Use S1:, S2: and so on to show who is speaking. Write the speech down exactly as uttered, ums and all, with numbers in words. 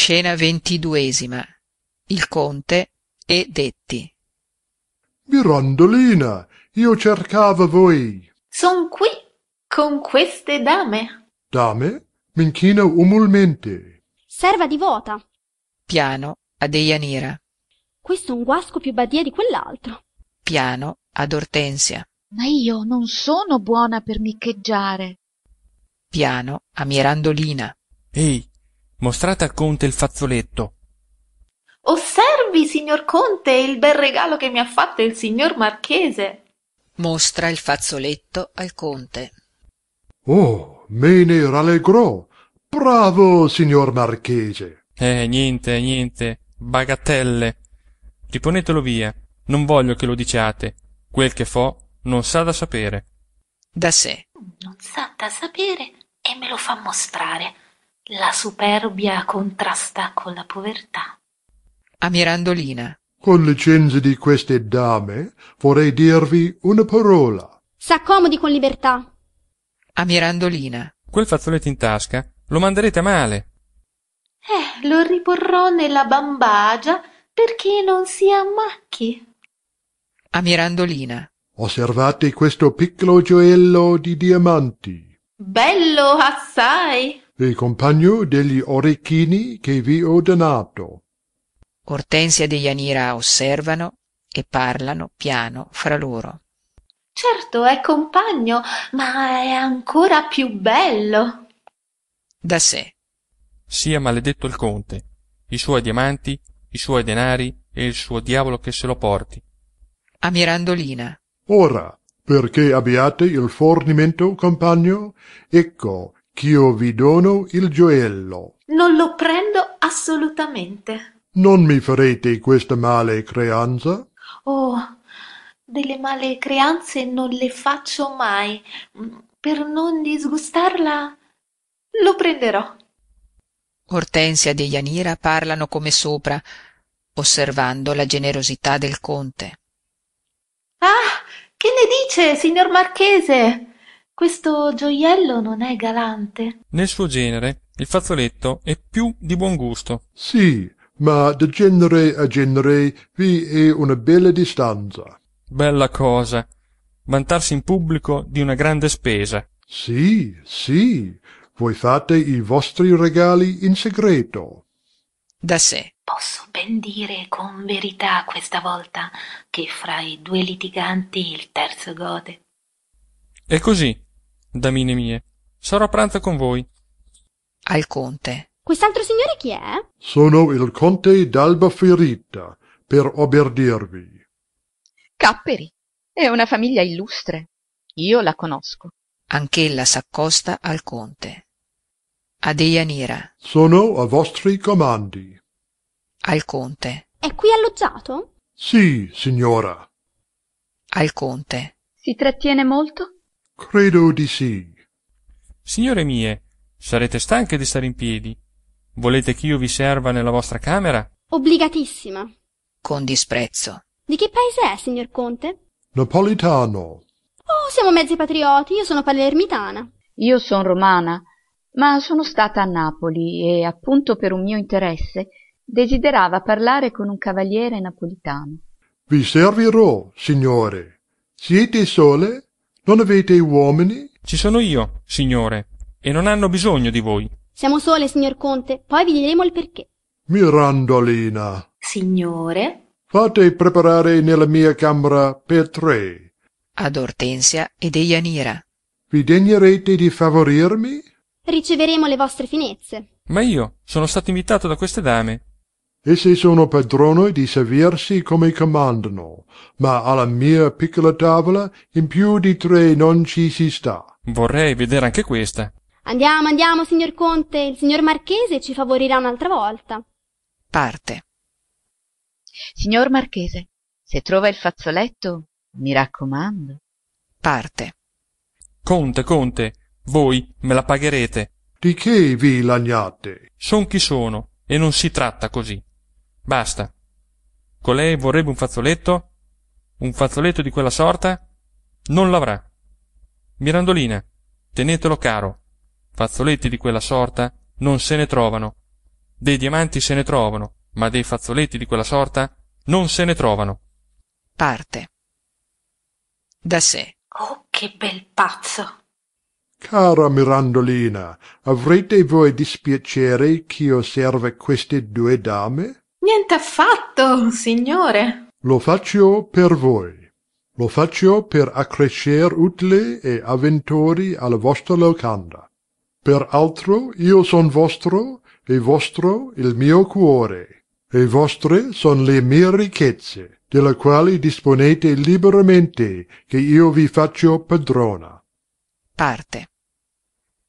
S1: Scena ventiduesima. Il conte e Detti.
S2: Mirandolina, io cercavo voi.
S3: Son qui, con queste dame.
S2: Dame? M'inchino umilmente.
S4: Serva divota.
S1: Piano a Deianira.
S4: Questo è un guasco più badia di quell'altro.
S1: Piano ad Ortensia.
S5: Ma io non sono buona per miccheggiare.
S1: Piano a Mirandolina.
S6: Ehi, mostrate al conte il fazzoletto.
S3: Osservi, signor conte, il bel regalo che mi ha fatto il signor marchese.
S1: Mostra il fazzoletto al conte.
S2: Oh, me ne rallegrò. Bravo, signor marchese.
S6: Eh, niente, niente, bagattelle. Riponetelo via, non voglio che lo diciate. Quel che fo non sa da sapere.
S1: Da sé.
S3: Non sa da sapere e me lo fa mostrare. La superbia contrasta con la povertà.
S1: A Mirandolina.
S2: Con licenza di queste dame vorrei dirvi una parola.
S4: S'accomodi con libertà.
S1: A Mirandolina.
S6: Quel fazzoletto in tasca lo manderete a male.
S3: Eh, lo riporrò nella bambagia perché non si ammacchi.
S1: A Mirandolina.
S2: Osservate questo piccolo gioiello di diamanti.
S3: Bello assai.
S2: Il compagno degli orecchini che vi ho donato.
S1: Ortensia e Deianira osservano e parlano piano fra loro.
S3: Certo, è compagno, ma è ancora più bello.
S1: Da sé.
S6: Sia maledetto il conte, i suoi diamanti, i suoi denari e il suo diavolo che se lo porti.
S1: A Mirandolina.
S2: Ora, perché abbiate il fornimento, compagno, ecco ch'io vi dono il gioiello.
S3: Non lo prendo assolutamente.
S2: Non mi farete questa male creanza?
S3: Oh, delle male creanze non le faccio mai. Per non disgustarla, lo prenderò.
S1: Ortensia e Deianira parlano come sopra, osservando la generosità del conte.
S3: Ah, che ne dice, signor marchese? Questo gioiello non è galante?
S6: Nel suo genere il fazzoletto è più di buon gusto.
S2: Sì, ma da genere a genere vi è una bella distanza.
S6: Bella cosa, vantarsi in pubblico di una grande spesa.
S2: Sì, sì, voi fate i vostri regali in segreto.
S1: Da sé.
S3: Posso ben dire con verità questa volta che fra i due litiganti il terzo gode.
S6: E così, damine mie, sarò a pranzo con voi.
S1: Al conte.
S4: Quest'altro signore chi è?
S2: Sono il conte d'Albaferita, per obbedirvi.
S5: Capperi, è una famiglia illustre. Io la conosco.
S1: Anch'ella s'accosta al conte. A Deianira.
S2: Sono a vostri comandi.
S1: Al conte.
S4: È qui alloggiato?
S2: Sì, signora.
S1: Al conte.
S5: Si trattiene molto?
S2: Credo di sì.
S6: Signore mie, sarete stanche di stare in piedi? Volete che io vi serva nella vostra camera?
S4: Obbligatissima.
S1: Con disprezzo.
S4: Di che paese è, signor conte?
S2: Napolitano.
S4: Oh, siamo mezzi patrioti, io sono palermitana.
S5: Io son romana, ma sono stata a Napoli e, appunto per un mio interesse, desiderava parlare con un cavaliere napolitano.
S2: Vi servirò, signore. Siete sole? Non avete uomini?
S6: Ci sono io, signore, e non hanno bisogno di voi.
S4: Siamo sole, signor conte, poi vi diremo il perché.
S2: Mirandolina,
S3: Signore?
S2: fate preparare nella mia camera per tre.
S1: Ad Ortensia e Deianira.
S2: Vi degnerete di favorirmi?
S4: Riceveremo le vostre finezze.
S6: Ma io sono stato invitato da queste dame.
S2: Esse sono padrone di servirsi come comandano, ma alla mia piccola tavola in più di tre non ci si sta.
S6: Vorrei vedere anche questa.
S4: Andiamo, andiamo, signor conte, il signor marchese ci favorirà un'altra volta.
S1: Parte.
S5: Signor marchese, se trova il fazzoletto, mi raccomando.
S1: Parte.
S6: Conte, conte, voi me la pagherete.
S2: Di che vi lagnate?
S6: Son chi sono e non si tratta così. Basta. Colei vorrebbe un fazzoletto? Un fazzoletto di quella sorta? Non l'avrà. Mirandolina, tenetelo caro. Fazzoletti di quella sorta non se ne trovano. dei diamanti se ne trovano, ma dei fazzoletti di quella sorta non se ne trovano.
S1: Parte. Da sé.
S3: Oh, che bel pazzo!
S2: Cara Mirandolina, avrete voi dispiacere ch'io serva queste due dame?
S3: Niente affatto, signore.
S2: Lo faccio per voi. Lo faccio per accrescer utili e avventori alla vostra locanda. Per altro io son vostro, e vostro il mio cuore, e vostre son le mie ricchezze, delle quali disponete liberamente, che io vi faccio padrona.
S1: Parte.